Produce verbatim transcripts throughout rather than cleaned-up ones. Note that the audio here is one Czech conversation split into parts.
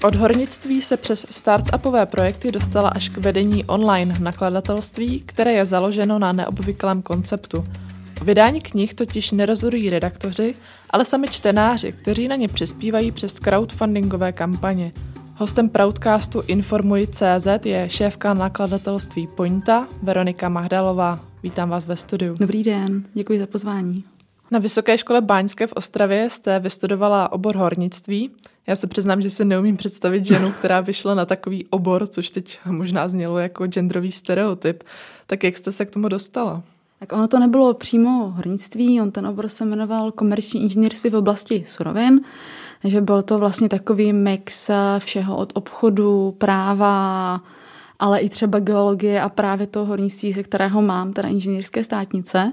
Od hornictví se přes startupové projekty dostala až k vedení online nakladatelství, které je založeno na neobvyklém konceptu. O vydání knih totiž nerozhodují redaktoři, ale sami čtenáři, kteří na ně přispívají přes crowdfundingové kampaně. Hostem Proudcastu Informuj tečka cé zet je šéfka nakladatelství Pointa, Veronika Mahdalová. Vítám vás ve studiu. Dobrý den, děkuji za pozvání. Na Vysoké škole báňské v Ostravě jste vystudovala obor hornictví. Já se přiznám, že si neumím představit ženu, která by šla na takový obor, což teď možná znělo jako genderový stereotyp. Tak jak jste se k tomu dostala? Tak ono to nebylo přímo hornictví, on ten obor se jmenoval komerční inženýrství v oblasti surovin, že byl to vlastně takový mix všeho od obchodu, práva, ale i třeba geologie a právě toho hornictví, ze kterého mám, teda inženýrské státnice.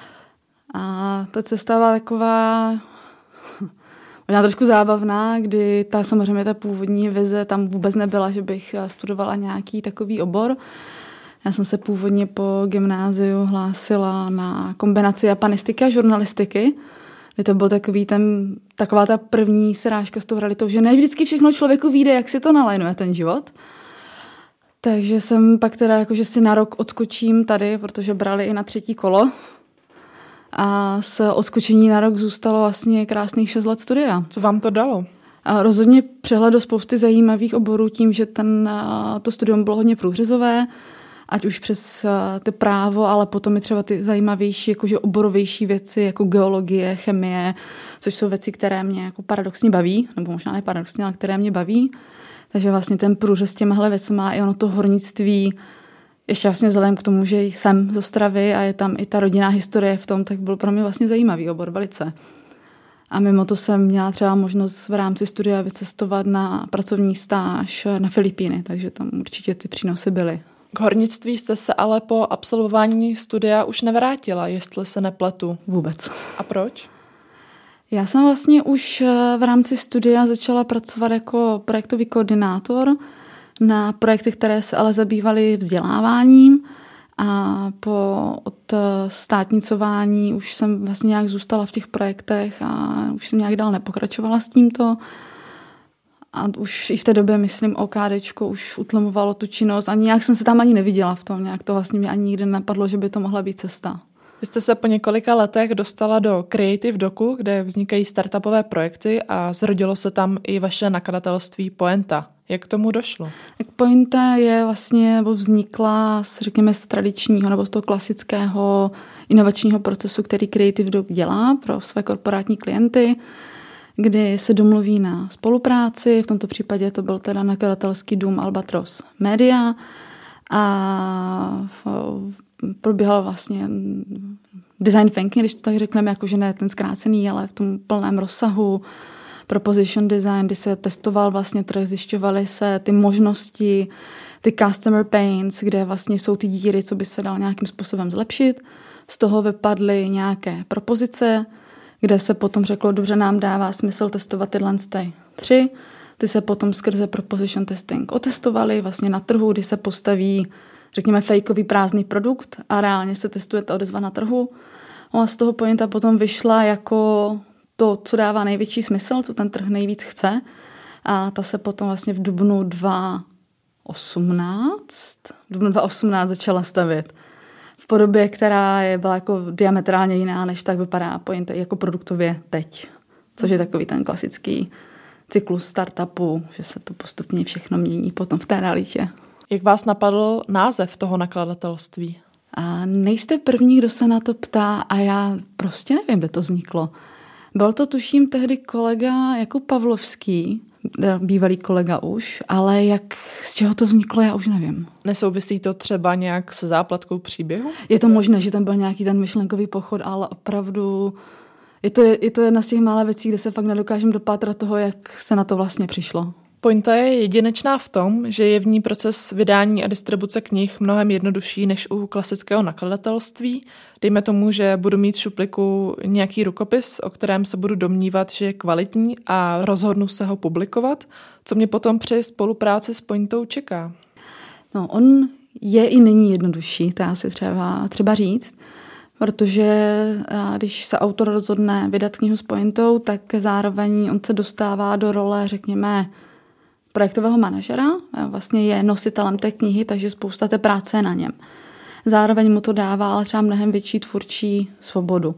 A ta cesta byla taková možná trošku zábavná, kdy ta samozřejmě ta původní vize tam vůbec nebyla, že bych studovala nějaký takový obor. Já jsem se původně po gymnáziu hlásila na kombinaci japanistiky a žurnalistiky, kdy to byl takový ten, taková ta první srážka s tou realitou, že ne vždycky všechno člověku vyjde, jak si to nalajnuje ten život. Takže jsem pak teda jako, že si na rok odskočím tady, protože brali i na třetí kolo. A z odskočení na rok zůstalo vlastně krásných šest let studia. Co vám to dalo? A rozhodně přehled do spousty zajímavých oborů tím, že ten, to studium bylo hodně průřezové, ať už přes ty právo, ale potom i třeba ty zajímavější, jakože oborovější věci, jako geologie, chemie, což jsou věci, které mě jako paradoxně baví, nebo možná ne paradoxně, ale které mě baví. Takže vlastně ten průřez těmahle věcma i ono to hornictví, ještě vlastně vzhledem k tomu, že jsem z Ostravy a je tam i ta rodinná historie v tom, tak byl pro mě vlastně zajímavý obor velice. A mimo to jsem měla třeba možnost v rámci studia vycestovat na pracovní stáž na Filipíny, takže tam určitě ty přínosy byly. K hornictví jste se ale po absolvování studia už nevrátila, jestli se nepletu. Vůbec. A proč? Já jsem vlastně už v rámci studia začala pracovat jako projektový koordinátor na projekty, které se ale zabývaly vzděláváním a po odstátnicování už jsem vlastně nějak zůstala v těch projektech a už jsem nějak dál nepokračovala s tímto. A už i v té době, myslím, OKDčko už utlamovalo tu činnost a nějak jsem se tam ani neviděla v tom, nějak to vlastně mě ani nikdy nenapadlo, že by to mohla být cesta. Vy jste se po několika letech dostala do Creative Docu, kde vznikají startupové projekty a zrodilo se tam i vaše nakladatelství Pointa. Jak k tomu došlo? Tak Pointa je vlastně, nebo vznikla, řekněme, z tradičního nebo z toho klasického inovačního procesu, který Creative Doc dělá pro své korporátní klienty, kdy se domluví na spolupráci, v tomto případě to byl teda nakladatelský dům Albatros Media a probíhal vlastně design thinking, když to tak řekneme, jakože ne ten zkrácený, ale v tom plném rozsahu, proposition design, kdy se testoval vlastně trh, zjišťovaly se ty možnosti, ty customer pains, kde vlastně jsou ty díry, co by se dal nějakým způsobem zlepšit. Z toho vypadly nějaké propozice, kde se potom řeklo, dobře, nám dává smysl testovat tyhle tři. Ty se potom skrze proposition testing otestovaly vlastně na trhu, kdy se postaví, řekněme, fejkový prázdný produkt a reálně se testuje ta odezva na trhu. A z toho Pointa potom vyšla jako to, co dává největší smysl, co ten trh nejvíc chce. A ta se potom vlastně v dubnu dva tisíce osmnáct, v dubnu dva tisíce osmnáct začala stavět. V podobě, která je byla jako diametrálně jiná, než tak vypadá Pointa jako produktově teď. Což je takový ten klasický cyklus startupu, že se to postupně všechno mění potom v té realitě. Jak vás napadl název toho nakladatelství? A nejste první, kdo se na to ptá a já prostě nevím, kde to vzniklo. Byl to tuším tehdy kolega jako Pavlovský, bývalý kolega už, ale jak, z čeho to vzniklo, já už nevím. Nesouvisí to třeba nějak se záplatkou příběhu? Je to možné, že tam byl nějaký ten myšlenkový pochod, ale opravdu je to, je to jedna z těch mála věcí, kde se fakt nedokážeme dopátrat toho, jak se na to vlastně přišlo. Pointa je jedinečná v tom, že je v ní proces vydání a distribuce knih mnohem jednodušší než u klasického nakladatelství. Dejme tomu, že budu mít v šupliku nějaký rukopis, o kterém se budu domnívat, že je kvalitní a rozhodnu se ho publikovat. Co mě potom při spolupráci s Pointou čeká? No, on je i není jednodušší, to asi třeba, třeba říct, protože když se autor rozhodne vydat knihu s Pointou, tak zároveň on se dostává do role, řekněme, projektového manažera, vlastně je nositelem té knihy, takže spousta té práce je na něm. Zároveň mu to dává ale třeba mnohem větší tvůrčí svobodu.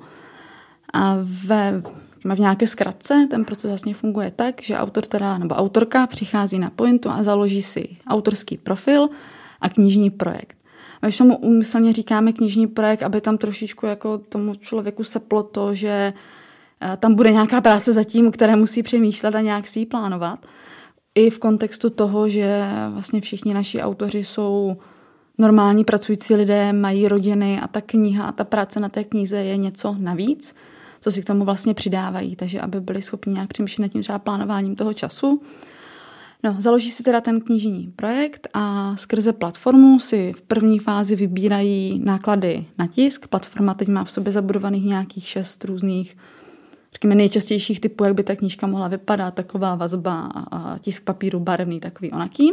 A ve, v nějaké zkratce ten proces vlastně funguje tak, že autor teda, nebo autorka přichází na Pointu a založí si autorský profil a knižní projekt. My tomu úmyslně říkáme knižní projekt, aby tam trošičku jako tomu člověku seplo to, že tam bude nějaká práce zatím, které musí přemýšlet a nějak si ji plánovat. I v kontextu toho, že vlastně všichni naši autoři jsou normální pracující lidé, mají rodiny a ta kniha a ta práce na té knize je něco navíc, co si k tomu vlastně přidávají, takže aby byli schopni nějak přemýšlet nad tím třeba plánováním toho času. No, založí si teda ten knižní projekt a skrze platformu si v první fázi vybírají náklady na tisk. Platforma teď má v sobě zabudovaných nějakých šest různých, řekněme, nejčastějších typů, jak by ta knížka mohla vypadat, taková vazba a tisk papíru barevný, takový onaký.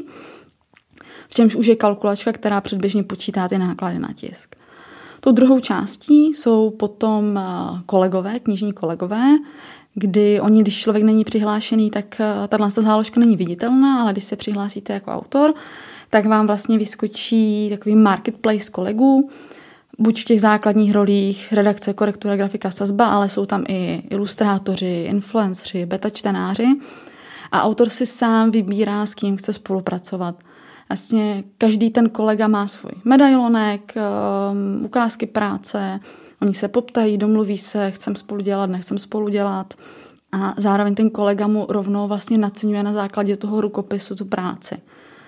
V čemž už je kalkulačka, která předběžně počítá ty náklady na tisk. Tou druhou částí jsou potom kolegové, knižní kolegové, kdy oni, když člověk není přihlášený, tak tato záložka není viditelná, ale když se přihlásíte jako autor, tak vám vlastně vyskočí takový marketplace kolegů, buď v těch základních rolích redakce, korektura, grafika, sazba, ale jsou tam i ilustrátoři, influenceri, beta čtenáři a autor si sám vybírá, s kým chce spolupracovat. Vlastně každý ten kolega má svůj medailonek, um, ukázky práce, oni se poptají, domluví se, chcem spolu dělat, nechcem spolu dělat a zároveň ten kolega mu rovnou vlastně naceňuje na základě toho rukopisu tu práci.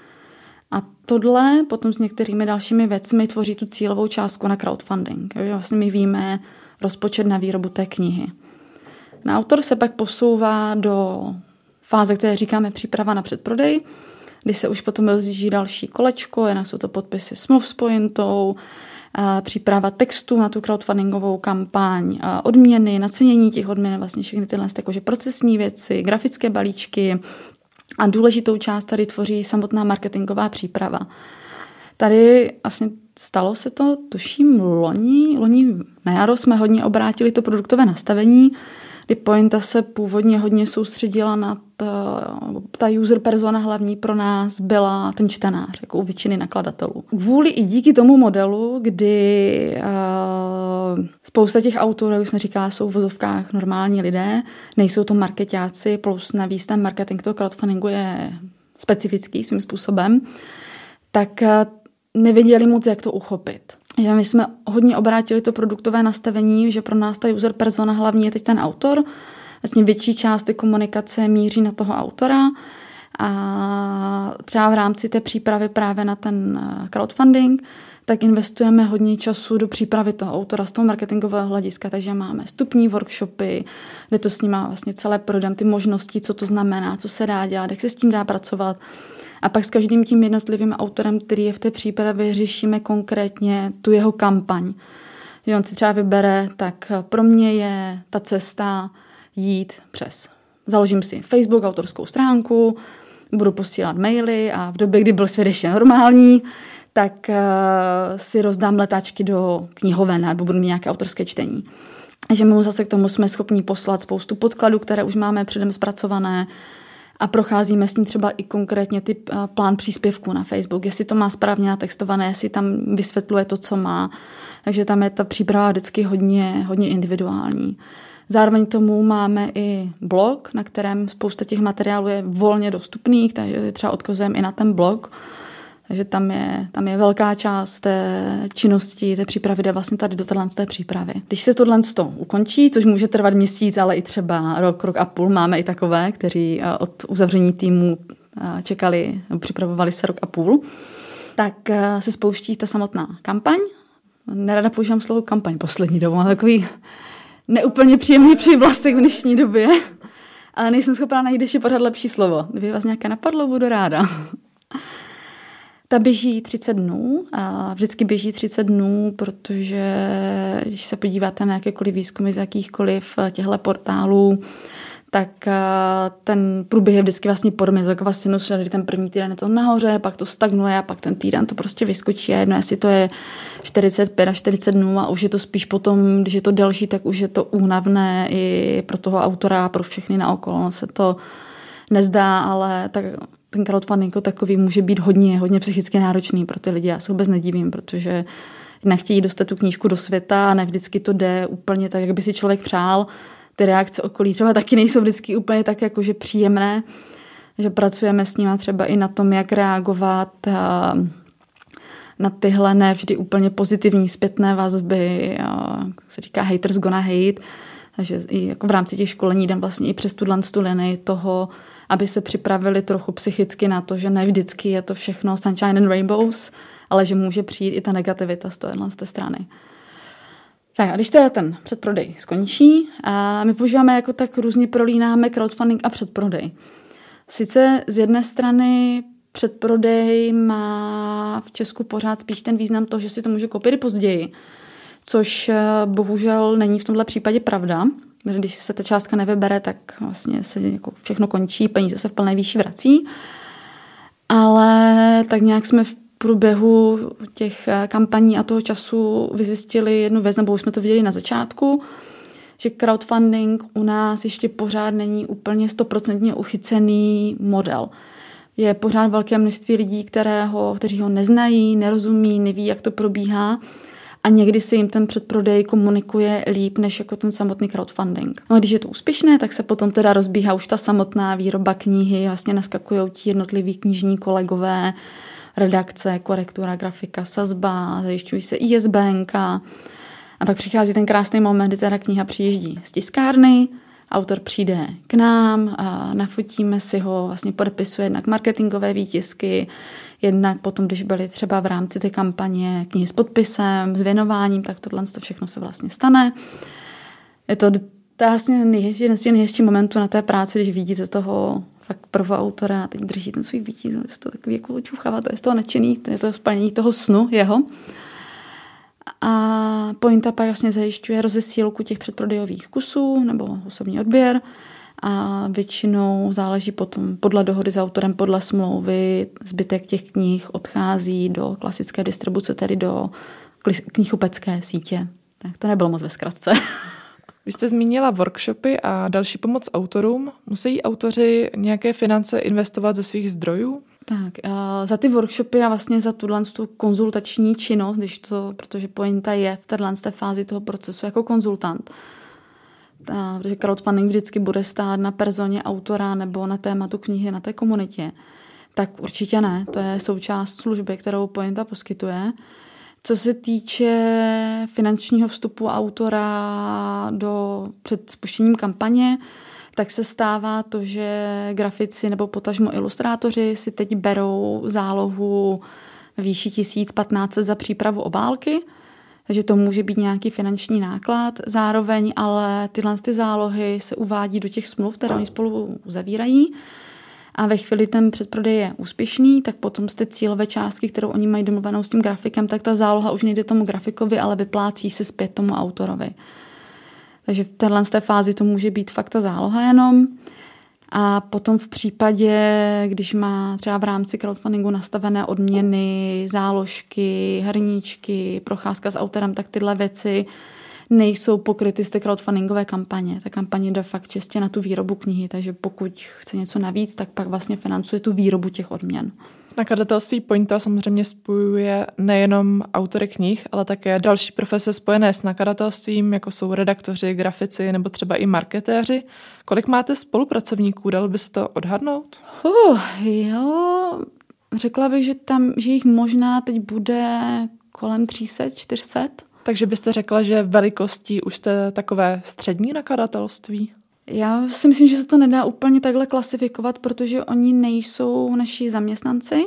A tohle potom s některými dalšími věcmi tvoří tu cílovou částku na crowdfunding. Jo? Vlastně my víme rozpočet na výrobu té knihy. Na autor se pak posouvá do fáze, které říkáme příprava na předprodej, kdy se už potom rozjíždí další kolečko, jinak jsou to podpisy smluv s Pointou, příprava textu na tu crowdfundingovou kampaň, odměny, nacenění těch odměn, vlastně všechny tyhle jakože procesní věci, grafické balíčky a důležitou část tady tvoří samotná marketingová příprava. Tady vlastně stalo se to, tuším, loni, loni na jaro jsme hodně obrátili to produktové nastavení, kdy Pointa se původně hodně soustředila na ta, ta user persona hlavní pro nás byla ten čtenář, jako u většiny nakladatelů. Kvůli i díky tomu modelu, kdy uh, spousta těch autorů, jak jsem říkala, jsou v vozovkách normální lidé, nejsou to marketáci, plus navíc ten marketing toho crowdfundingu je specifický svým způsobem, tak uh, nevěděli moc, jak to uchopit. Že my jsme hodně obrátili to produktové nastavení, že pro nás ta user persona hlavně je teď ten autor. Vlastně větší část té komunikace míří na toho autora a třeba v rámci té přípravy právě na ten crowdfunding, tak investujeme hodně času do přípravy toho autora z toho marketingového hlediska, takže máme vstupní workshopy, kde to s ním vlastně celé projdeme, ty možnosti, co to znamená, co se dá dělat, jak se s tím dá pracovat. A pak s každým tím jednotlivým autorem, který je v té přípravě, řešíme konkrétně tu jeho kampaň. Že on si třeba vybere, tak pro mě je ta cesta jít přes. Založím si Facebook, autorskou stránku, budu posílat maily a v době, kdy byl svět ještě normální, tak uh, si rozdám letáčky do knihoven nebo budu mít nějaké autorské čtení. Že my zase k tomu jsme schopni poslat spoustu podkladů, které už máme předem zpracované, a procházíme s ním třeba i konkrétně typ plán příspěvků na Facebook, jestli to má správně natextované, jestli tam vysvětluje to, co má. Takže tam je ta příprava vždycky hodně, hodně individuální. Zároveň tomu máme i blog, na kterém spousta těch materiálů je volně dostupných, takže třeba odkazujeme i na ten blog. Takže tam je, tam je velká část té činnosti, té přípravy, jde vlastně tady do té přípravy. Když se tohle ukončí, což může trvat měsíc, ale i třeba rok, rok a půl, máme i takové, kteří od uzavření týmu čekali, připravovali se rok a půl, tak se spouští ta samotná kampaň. Nerada používám slovo kampaň poslední dobou, mám takový neúplně příjemný přívlastek v dnešní době, ale nejsem schopná najít ještě pořád lepší slovo. Kdyby vás nějaké napadlo, budu ráda. Ta běží třicet dnů a vždycky běží třicet dnů, protože když se podíváte na jakékoliv výzkumy z jakýchkoliv těchto portálů, tak ten průběh je vždycky vlastně podobný, taková sinus, kdy ten první týden je to nahoře, pak to stagnuje a pak ten týden to prostě vyskočí a jedno, jestli to je čtyřicet pět až čtyřicet dnů a už je to spíš potom, když je to delší, tak už je to únavné i pro toho autora a pro všechny naokolo. Se to nezdá, ale tak ten crowdfunding jako takový může být hodně, hodně psychicky náročný pro ty lidi. Já se vůbec nedivím, protože nechtějí dostat tu knížku do světa a ne vždycky to jde úplně tak, jak by si člověk přál. Ty reakce okolí třeba taky nejsou vždycky úplně tak jakože příjemné, že pracujeme s nimi třeba i na tom, jak reagovat na tyhle ne vždy úplně pozitivní zpětné vazby, jak se říká haters gonna hate, takže i jako v rámci těch školení jdem vlastně i přes tuhle linii toho, aby se připravili trochu psychicky na to, že ne vždycky je to všechno sunshine and rainbows, ale že může přijít i ta negativita z téhle z té strany. Tak a když teda ten předprodej skončí, a my používáme jako tak různě prolínáme crowdfunding a předprodej. Sice z jedné strany předprodej má v Česku pořád spíš ten význam toho, že si to může koupit i později, což bohužel není v tomhle případě pravda. Když se ta částka nevybere, tak vlastně se jako všechno končí, peníze se v plné výši vrací. Ale tak nějak jsme v průběhu těch kampaní a toho času vyzjistili jednu věc, nebo už jsme to viděli na začátku, že crowdfunding u nás ještě pořád není úplně stoprocentně uchycený model. Je pořád velké množství lidí, které ho, kteří ho neznají, nerozumí, neví, jak to probíhá a někdy se jim ten předprodej komunikuje líp než jako ten samotný crowdfunding. No a když je to úspěšné, tak se potom teda rozbíhá už ta samotná výroba knihy, vlastně naskakují ti jednotliví knižní kolegové, redakce, korektura, grafika, sazba, zajišťují se I S B N K. A pak přichází ten krásný moment, kdy teda kniha přijíždí z tiskárny, autor přijde k nám, a nafotíme si ho, vlastně podepisuje jednak marketingové výtisky, jednak potom, když byly třeba v rámci té kampaně knihy s podpisem, s věnováním, tak tohle to všechno se vlastně stane. Je to, to je vlastně nejhezčí, jeden z těch nejhezčích momentů na té práci, když vidíte toho fakt prvoautora a teď drží ten svůj výtisk, je to takový jako očuchává, to je z toho nadšený, to je to splnění toho snu jeho. A Pointa pak vlastně zajišťuje rozesílku těch předprodejových kusů nebo osobní odběr a většinou záleží potom podle dohody s autorem, podle smlouvy, zbytek těch knih odchází do klasické distribuce, tedy do knihopecké sítě. Tak to nebylo moc ve zkratce. Vy jste zmínila workshopy a další pomoc autorům. Musí autoři nějaké finance investovat ze svých zdrojů? Tak, za ty workshopy a vlastně za tuhle konzultační činnost, když to, protože Pointa je v téhle fázi toho procesu jako konzultant, ta, protože crowdfunding vždycky bude stát na personě autora nebo na tématu knihy, na té komunitě, tak určitě ne. To je součást služby, kterou Pointa poskytuje. Co se týče finančního vstupu autora do, před spuštěním kampaně, tak se stává to, že grafici nebo potažmo ilustrátoři si teď berou zálohu výši tisíc patnáct set za přípravu obálky, takže to může být nějaký finanční náklad. Zároveň ale tyhle ty zálohy se uvádí do těch smluv, které oni spolu uzavírají. A ve chvíli ten předprodej je úspěšný, tak potom z té cílové částky, kterou oni mají domluvenou s tím grafikem, tak ta záloha už nejde tomu grafikovi, ale vyplácí se zpět tomu autorovi. Takže v téhle fázi to může být fakt ta záloha jenom. A potom v případě, když má třeba v rámci crowdfundingu nastavené odměny, záložky, hrníčky, procházka s autorem, tak tyhle věci nejsou pokryty z té crowdfundingové kampaně. Ta kampaně jde fakt čistě na tu výrobu knihy, takže pokud chce něco navíc, tak pak vlastně financuje tu výrobu těch odměn. Nakladatelství Pointa samozřejmě spojuje nejenom autory knih, ale také další profese spojené s nakladatelstvím, jako jsou redaktoři, grafici nebo třeba i marketéři. Kolik máte spolupracovníků? Dalo by se to odhadnout? Uh, jo, řekla bych, že tam, že jich možná teď bude kolem tři sta, čtyři sta. Takže byste řekla, že velikostí už jste takové střední nakladatelství? Já si myslím, že se to nedá úplně takhle klasifikovat, protože oni nejsou naši zaměstnanci.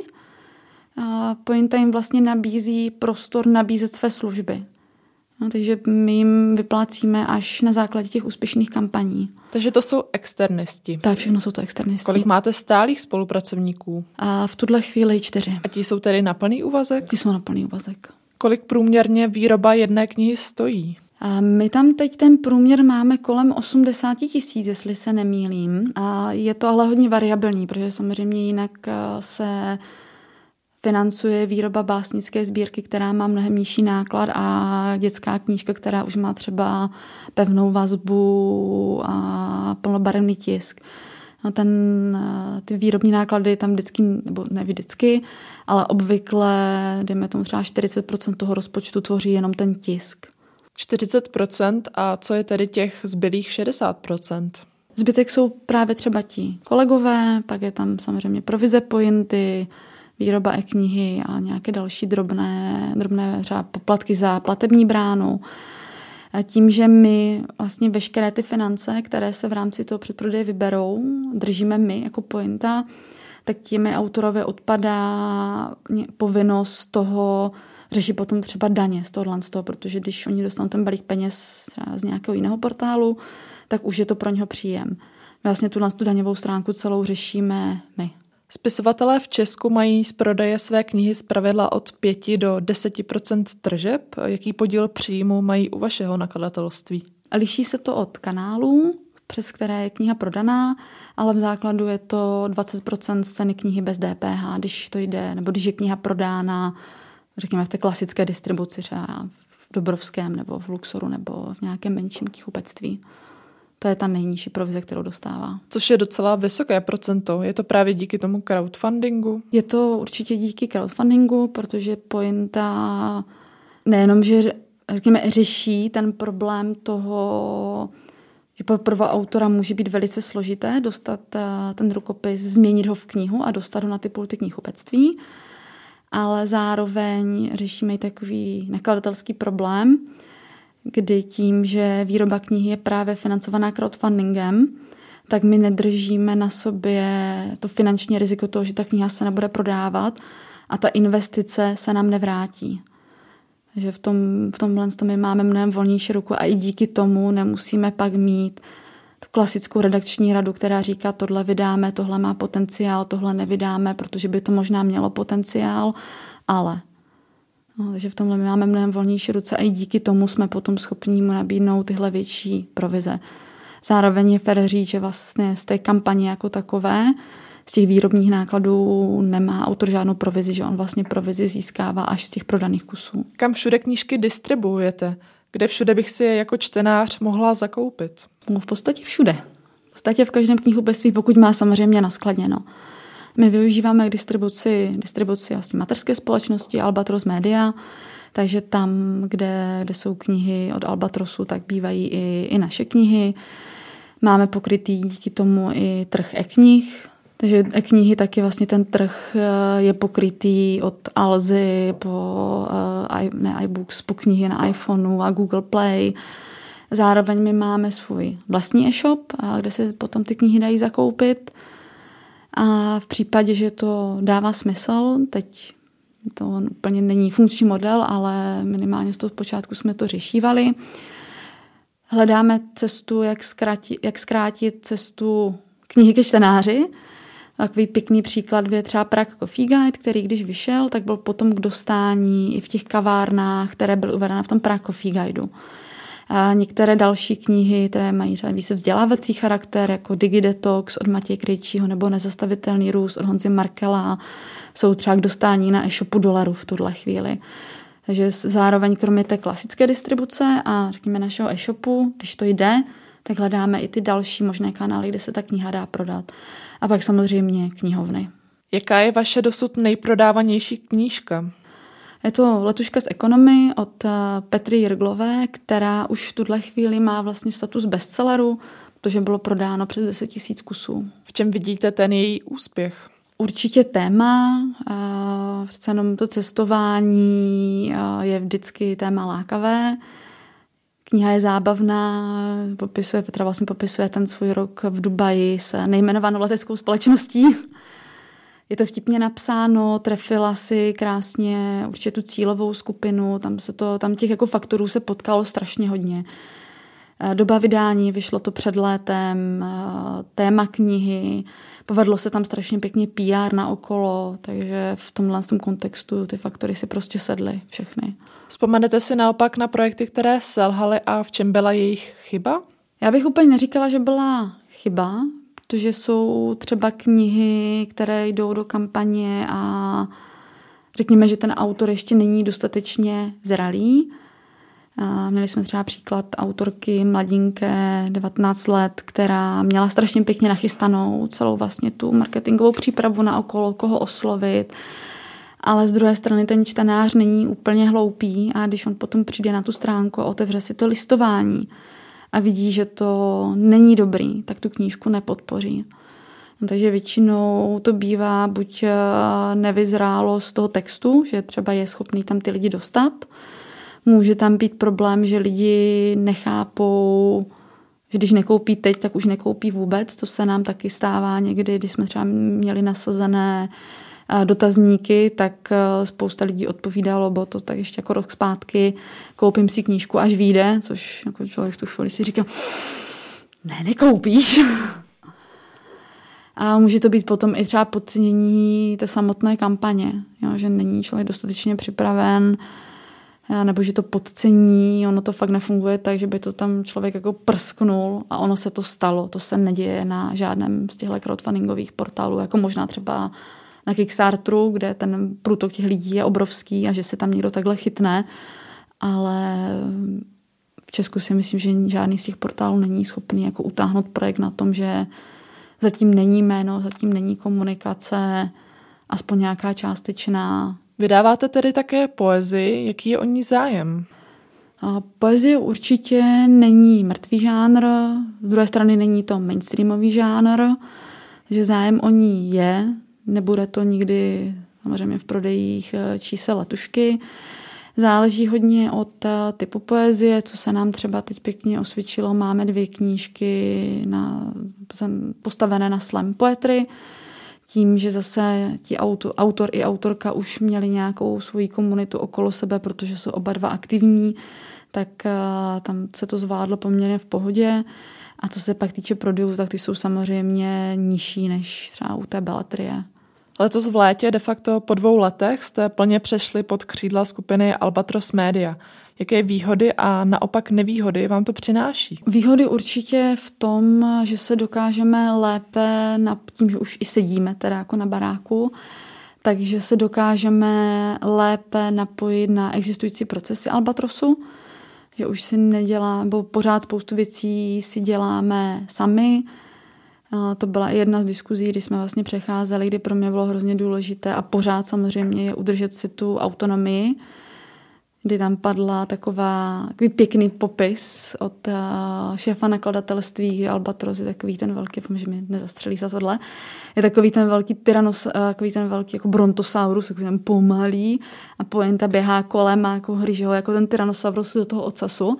Pointa jim vlastně nabízí prostor nabízet své služby. No, takže my jim vyplácíme až na základě těch úspěšných kampaní. Takže to jsou externisti. Tak, všechno jsou to externisti. Kolik máte stálých spolupracovníků? A v tuhle chvíli čtyři. A ti jsou tedy na plný úvazek? Ti jsou na plný úvazek. Kolik průměrně výroba jedné knihy stojí? A my tam teď ten průměr máme kolem osmdesát tisíc, jestli se nemýlím. A je to ale hodně variabilní, protože samozřejmě jinak se financuje výroba básnické sbírky, která má mnohem nižší náklad, a dětská knížka, která už má třeba pevnou vazbu a plnobarevný tisk. No ten, ty výrobní náklady tam vždycky, nebo ne vždycky, ale obvykle, dejme tomu třeba čtyřicet procent toho rozpočtu tvoří jenom ten tisk. čtyřicet procent a co je tedy těch zbylých šedesát procent? Zbytek jsou právě třeba ti kolegové, pak je tam samozřejmě provize pointy, výroba e-knihy a nějaké další drobné, drobné třeba poplatky za platební bránu. A tím, že my vlastně veškeré ty finance, které se v rámci toho předprodeje vyberou, držíme my jako pointa, tak tím autorovi odpadá povinnost toho řešit potom třeba daně z tohohle z toho, protože když oni dostanou ten balík peněz z nějakého jiného portálu, tak už je to pro něho příjem. My vlastně tu, tu daňovou stránku celou řešíme my. Spisovatelé v Česku mají z prodeje své knihy zpravidla od pět do deseti procent tržeb. Jaký podíl příjmu mají u vašeho nakladatelství? Liší se to od kanálů, přes které je kniha prodaná, ale v základu je to dvacet procent z ceny knihy bez D P H, když to jde, nebo když je kniha prodána, řekněme v té klasické distribuci, třeba v Dobrovském nebo v Luxoru nebo v nějakém menším knihkupectví. To je ta nejnižší provize, kterou dostává. Což je docela vysoké procento. Je to právě díky tomu crowdfundingu? Je to určitě díky crowdfundingu, protože pointa nejenom, že řekněme, řeší ten problém toho, že pro prvoautora může být velice složité dostat ten rukopis, změnit ho v knihu a dostat ho na ty pulty knihkupectví, ale zároveň řešíme i takový nakladatelský problém, kdy tím, že výroba knihy je právě financovaná crowdfundingem, tak my nedržíme na sobě to finanční riziko toho, že ta kniha se nebude prodávat a ta investice se nám nevrátí. Takže v, tom, v tomhle my máme mnohem volnější ruku a i díky tomu nemusíme pak mít tu klasickou redakční radu, která říká, tohle vydáme, tohle má potenciál, tohle nevydáme, protože by to možná mělo potenciál, ale... No, takže v tomhle my máme mnohem volnější ruce a i díky tomu jsme potom schopni mu nabídnout tyhle větší provize. Zároveň je fér říct, že vlastně z té kampaně jako takové, z těch výrobních nákladů nemá autor žádnou provizi, že on vlastně provizi získává až z těch prodaných kusů. Kam všude knížky distribuujete? Kde všude bych si je jako čtenář mohla zakoupit? No, v podstatě všude. V podstatě v každém knihkupectví, pokud má samozřejmě naskladněno. My využíváme k distribuci, distribuci vlastně mateřské společnosti Albatros Media, takže tam, kde, kde jsou knihy od Albatrosu, tak bývají i, i naše knihy. Máme pokrytý díky tomu i trh e-knih, takže e-knihy taky vlastně ten trh je pokrytý od Alzy po ne, iBooks, po knihy na iPhoneu a Google Play. Zároveň my máme svůj vlastní e-shop, kde se potom ty knihy dají zakoupit. A v případě, že to dává smysl, teď to úplně není funkční model, ale minimálně z toho počátku jsme to řešívali. Hledáme cestu, jak zkrátit, jak zkrátit cestu knihy ke čtenáři. Takový pěkný příklad je třeba Prague Coffee Guide, který když vyšel, tak byl potom k dostání i v těch kavárnách, které byly uvedeny v tom Prague Coffee Guideu. A některé další knihy, které mají třeba více vzdělávací charakter, jako Digidetox od Matěje Krejčího nebo Nezastavitelný růst od Honzy Markela, jsou třeba k dostání na e-shopu Dolaru v tuhle chvíli. Takže zároveň kromě té klasické distribuce a řekněme našeho e-shopu, když to jde, tak hledáme i ty další možné kanály, kde se ta kniha dá prodat. A pak samozřejmě knihovny. Jaká je vaše dosud nejprodávanější knížka? Je to Letuška z ekonomii od Petry Jirglové, která už v tuhle chvíli má vlastně status bestselleru, protože bylo prodáno přes deset tisíc kusů. V čem vidíte ten její úspěch? Určitě téma, přece jenom to cestování je vždycky téma lákavé. Kniha je zábavná, popisuje, Petra vlastně popisuje ten svůj rok v Dubaji s nejmenovanou leteckou společností. Je to vtipně napsáno, trefila si krásně určitě tu cílovou skupinu, tam, se to, tam těch jako faktorů se potkalo strašně hodně. Doba vydání, vyšlo to před létem, téma knihy, povedlo se tam strašně pěkně P R na okolo, takže v tomhle tom kontextu ty faktory si prostě sedly všechny. Vzpomenete si naopak na projekty, které selhaly a v čem byla jejich chyba? Já bych úplně neříkala, že byla chyba, protože jsou třeba knihy, které jdou do kampaně a řekněme, že ten autor ještě není dostatečně zralý. A měli jsme třeba příklad autorky mladinké, devatenáct let, která měla strašně pěkně nachystanou celou vlastně tu marketingovou přípravu na okolo, koho oslovit. Ale z druhé strany ten čtenář není úplně hloupý a když on potom přijde na tu stránku a otevře si to listování a vidí, že to není dobrý, tak tu knížku nepodpoří. Takže většinou to bývá buď nevyzrálo z toho textu, že třeba je schopný tam ty lidi dostat. Může tam být problém, že lidi nechápou, že když nekoupí teď, tak už nekoupí vůbec. To se nám taky stává někdy, když jsme třeba měli nasazené dotazníky, tak spousta lidí odpovídalo, bylo to tak ještě jako rok zpátky, koupím si knížku, až vyjde, což jako člověk v tu chvíli si říká, ne, nekoupíš. A může to být potom i třeba podcenění té samotné kampaně, jo, že není člověk dostatečně připraven, nebo že to podcení, ono to fakt nefunguje tak, že by to tam člověk jako prsknul a ono se to stalo. To se neděje na žádném z těchto crowdfundingových portálů, jako možná třeba na Kickstarteru, kde ten průtok těch lidí je obrovský a že se tam někdo takhle chytne, ale v Česku si myslím, že žádný z těch portálů není schopný jako utáhnout projekt na tom, že zatím není jméno, zatím není komunikace, aspoň nějaká částečná. Vydáváte tedy také poezii, jaký je o ní zájem? A poezie určitě není mrtvý žánr, z druhé strany není to mainstreamový žánr, že zájem o ní je, nebude to nikdy samozřejmě v prodejích čísel Letušky. Záleží hodně od typu poezie, co se nám třeba teď pěkně osvědčilo. Máme dvě knížky na, postavené na slam poetry, tím, že zase ti autor, autor i autorka už měli nějakou svoji komunitu okolo sebe, protože jsou oba dva aktivní, tak tam se to zvládlo poměrně v pohodě. A co se pak týče prodejů, tak ty jsou samozřejmě nižší než třeba u té beletrie. Letos v létě, de facto po dvou letech, jste plně přešli pod křídla skupiny Albatros Media. Jaké výhody a naopak nevýhody vám to přináší? Výhody určitě v tom, že se dokážeme lépe, nad tím, že už i sedíme teda jako na baráku, takže se dokážeme lépe napojit na existující procesy Albatrosu, že už si nedělá, bo pořád spoustu věcí si děláme sami. To byla jedna z diskuzí, kdy jsme vlastně přecházeli, kdy pro mě bylo hrozně důležité a pořád samozřejmě je udržet si tu autonomii, kdy tam padla taková, takový pěkný popis od šéfa nakladatelství Albatros, je takový ten velký, doufám, že mi nezastřelí za tohle, je takový ten velký tyranos, takový ten velký jako brontosaurus, takový ten pomalý a pointa běhá kolem, má jako hryže ho jako ten tyrannosaurus do toho ocasu.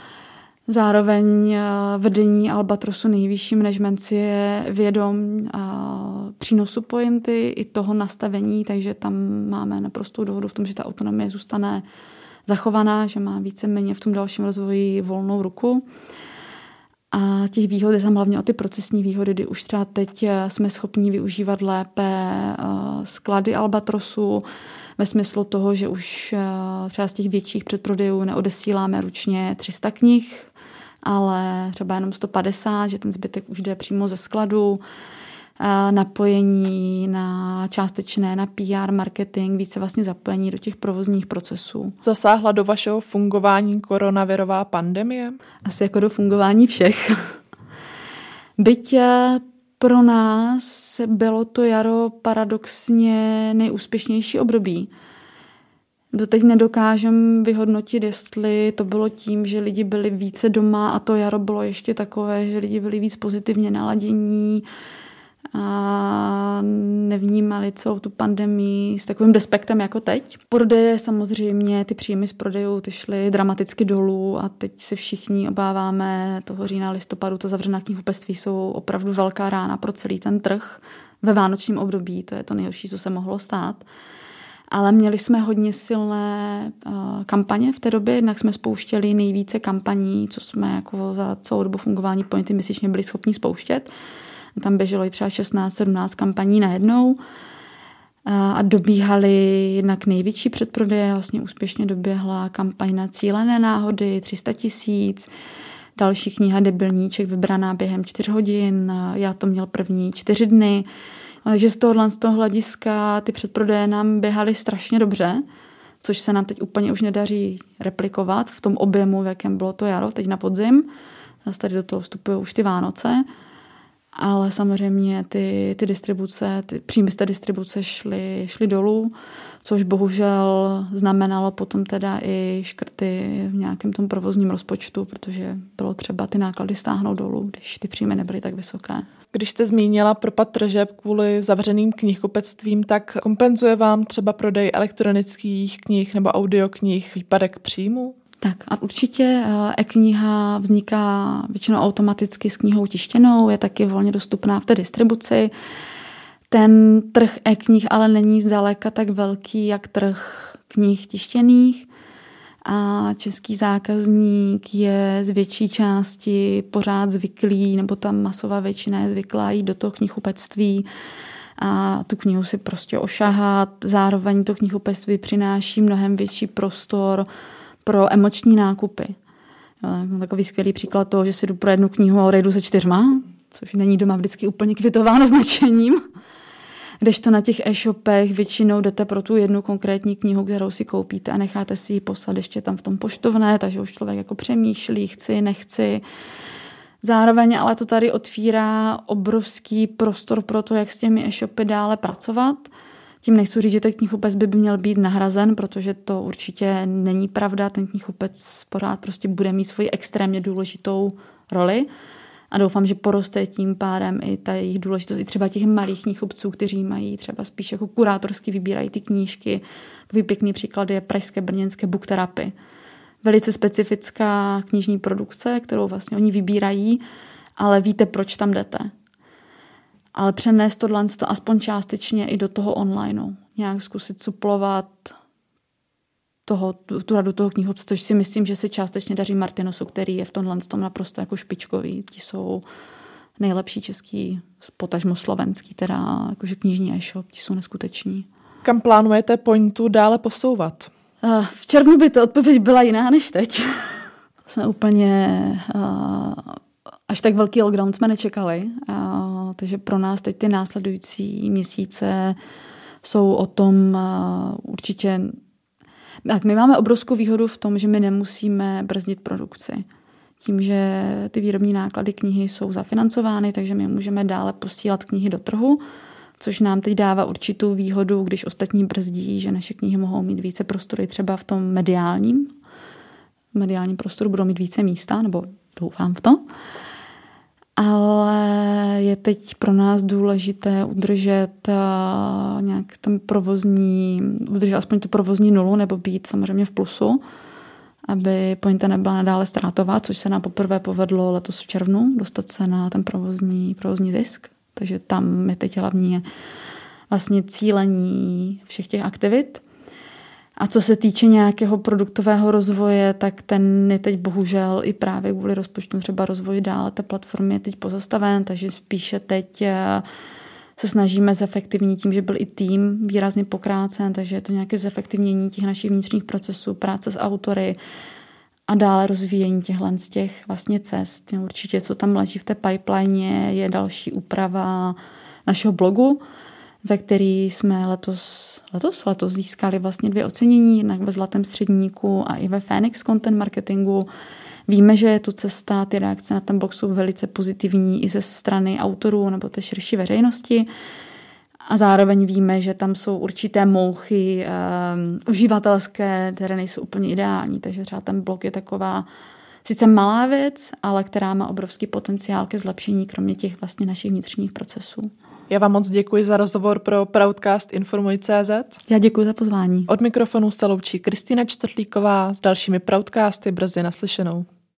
Zároveň vedení Albatrosu nejvyšší management si je vědom přínosu pointy i toho nastavení, takže tam máme naprostou dohodu v tom, že ta autonomie zůstane zachovaná, že má víceméně v tom dalším rozvoji volnou ruku. A těch výhod je tam hlavně o ty procesní výhody, kdy už třeba teď jsme schopni využívat lépe sklady Albatrosu, ve smyslu toho, že už třeba z těch větších předprodejů neodesíláme ručně tři sta knih, ale třeba jenom sto padesát, že ten zbytek už jde přímo ze skladu, napojení na částečné, na P R, marketing, více vlastně zapojení do těch provozních procesů. Zasáhla do vašeho fungování koronavirová pandemie? Asi jako do fungování všech. Byť pro nás bylo to jaro paradoxně nejúspěšnější období. Doteď nedokážem vyhodnotit, jestli to bylo tím, že lidi byli více doma a to jaro bylo ještě takové, že lidi byli víc pozitivně naladění a nevnímali celou tu pandemii s takovým despektem jako teď. Prodeje samozřejmě, ty příjmy z prodejů, ty šly dramaticky dolů a teď se všichni obáváme toho října, listopadu, to zavřená knihkupectví jsou opravdu velká rána pro celý ten trh ve vánočním období, to je to nejhorší, co se mohlo stát. Ale měli jsme hodně silné uh, kampaně v té době, jednak jsme spouštěli nejvíce kampaní, co jsme jako za celou dobu fungování Pointy měsíčně byli schopni spouštět. Tam běželo i třeba šestnáct sedmnáct kampaní najednou a dobíhaly jednak největší předprodeje, vlastně úspěšně doběhla kampaň na cílené náhody, tři sta tisíc, další kniha Debilníček vybraná během čtyř hodin, já to měl první čtyři dny, takže z tohohle z toho hlediska ty předprodeje nám běhaly strašně dobře, což se nám teď úplně už nedaří replikovat v tom objemu, v jakém bylo to jaro, teď na podzim. Zase tady do toho vstupují už ty Vánoce. Ale samozřejmě ty, ty distribuce, ty příjmy z té distribuce šly, šly dolů, což bohužel znamenalo potom teda i škrty v nějakém tom provozním rozpočtu, protože bylo třeba ty náklady stáhnout dolů, když ty příjmy nebyly tak vysoké. Když jste zmínila propad tržeb kvůli zavřeným knihkupectvím, tak kompenzuje vám třeba prodej elektronických knih nebo audioknih výpadek příjmů? Tak a určitě e-kniha vzniká většinou automaticky s knihou tištěnou, je taky volně dostupná v té distribuci. Ten trh e-knih ale není zdaleka tak velký, jak trh knih tištěných. A český zákazník je z větší části pořád zvyklý, nebo ta masová většina je zvyklá jít do toho knihkupectví a tu knihu si prostě ošahat. Zároveň to knihkupectví přináší mnohem větší prostor pro emoční nákupy. Takový skvělý příklad toho, že si jdu pro jednu knihu a odejdu se čtyřma, což není doma vždycky úplně kvitováno značením. Kdežto na těch e-shopech většinou jdete pro tu jednu konkrétní knihu, kterou si koupíte a necháte si ji poslat ještě tam v tom poštovné, takže už člověk jako přemýšlí, chci, nechci. Zároveň ale to tady otvírá obrovský prostor pro to, jak s těmi e-shopy dále pracovat. Tím nechci říct, že ten knihkupec by měl být nahrazen, protože to určitě není pravda. Ten knihkupec pořád prostě bude mít svoji extrémně důležitou roli a doufám, že poroste tím pádem i ta jejich důležitost i třeba těch malých knihkupců, kteří mají třeba spíš jako kurátorsky vybírají ty knížky. Takový pěkný příklad je pražské brněnské Book Therapy. Velice specifická knižní produkce, kterou vlastně oni vybírají, ale víte, proč tam jdete. Ale přenést tohle to aspoň částečně i do toho onlineu. Nějak zkusit suplovat toho, tu radu toho knihkupce, což si myslím, že se částečně daří Martinosu, který je v tomhle tom naprosto jako špičkový. Ti jsou nejlepší český, potažmo slovenský, teda jakože knižní e-shop, ti jsou neskuteční. Kam plánujete Pointu dále posouvat? V červnu by ta odpověď byla jiná než teď. Jsme úplně... Uh, až tak velký lockdown jsme nečekali, uh, takže pro nás teď ty následující měsíce jsou o tom uh, určitě... Tak my máme obrovskou výhodu v tom, že my nemusíme brzdit produkci. Tím, že ty výrobní náklady knihy jsou zafinancovány, takže my můžeme dále posílat knihy do trhu, což nám teď dává určitou výhodu, když ostatní brzdí, že naše knihy mohou mít více prostory třeba v tom mediálním. V mediálním prostoru budou mít více místa, nebo doufám v to. Ale je teď pro nás důležité udržet uh, nějak ten provozní, udržet aspoň tu provozní nulu nebo být samozřejmě v plusu, aby Pointa nebyla nadále ztrátová, což se nám poprvé povedlo letos v červnu, dostat se na ten provozní, provozní zisk. Takže tam je teď hlavní vlastně cílení všech těch aktivit. A co se týče nějakého produktového rozvoje, tak ten je teď bohužel i právě kvůli rozpočtu třeba rozvoji dále. Ta platforma je teď pozastaven, takže spíše teď se snažíme zefektivnit tím, že byl i tým výrazně pokrácen, takže je to nějaké zefektivnění těch našich vnitřních procesů, práce s autory a dále rozvíjení těchhle z těch vlastně cest. Určitě, co tam leží v té pipeline, je další úprava našeho blogu, za který jsme letos, letos, letos získali vlastně dvě ocenění, jednak ve Zlatém středníku a i ve Phoenix Content Marketingu. Víme, že je to cesta, ty reakce na ten blog jsou velice pozitivní i ze strany autorů nebo té širší veřejnosti. A zároveň víme, že tam jsou určité mouchy um, uživatelské, které nejsou úplně ideální. Takže třeba ten blog je taková sice malá věc, ale která má obrovský potenciál ke zlepšení, kromě těch vlastně našich vnitřních procesů. Já vám moc děkuji za rozhovor pro Proudcast Informuj tečka cé zet. Já děkuji za pozvání. Od mikrofonu se loučí Kristýna Čtvrtlíková, s dalšími Proudcasty brzy naslyšenou.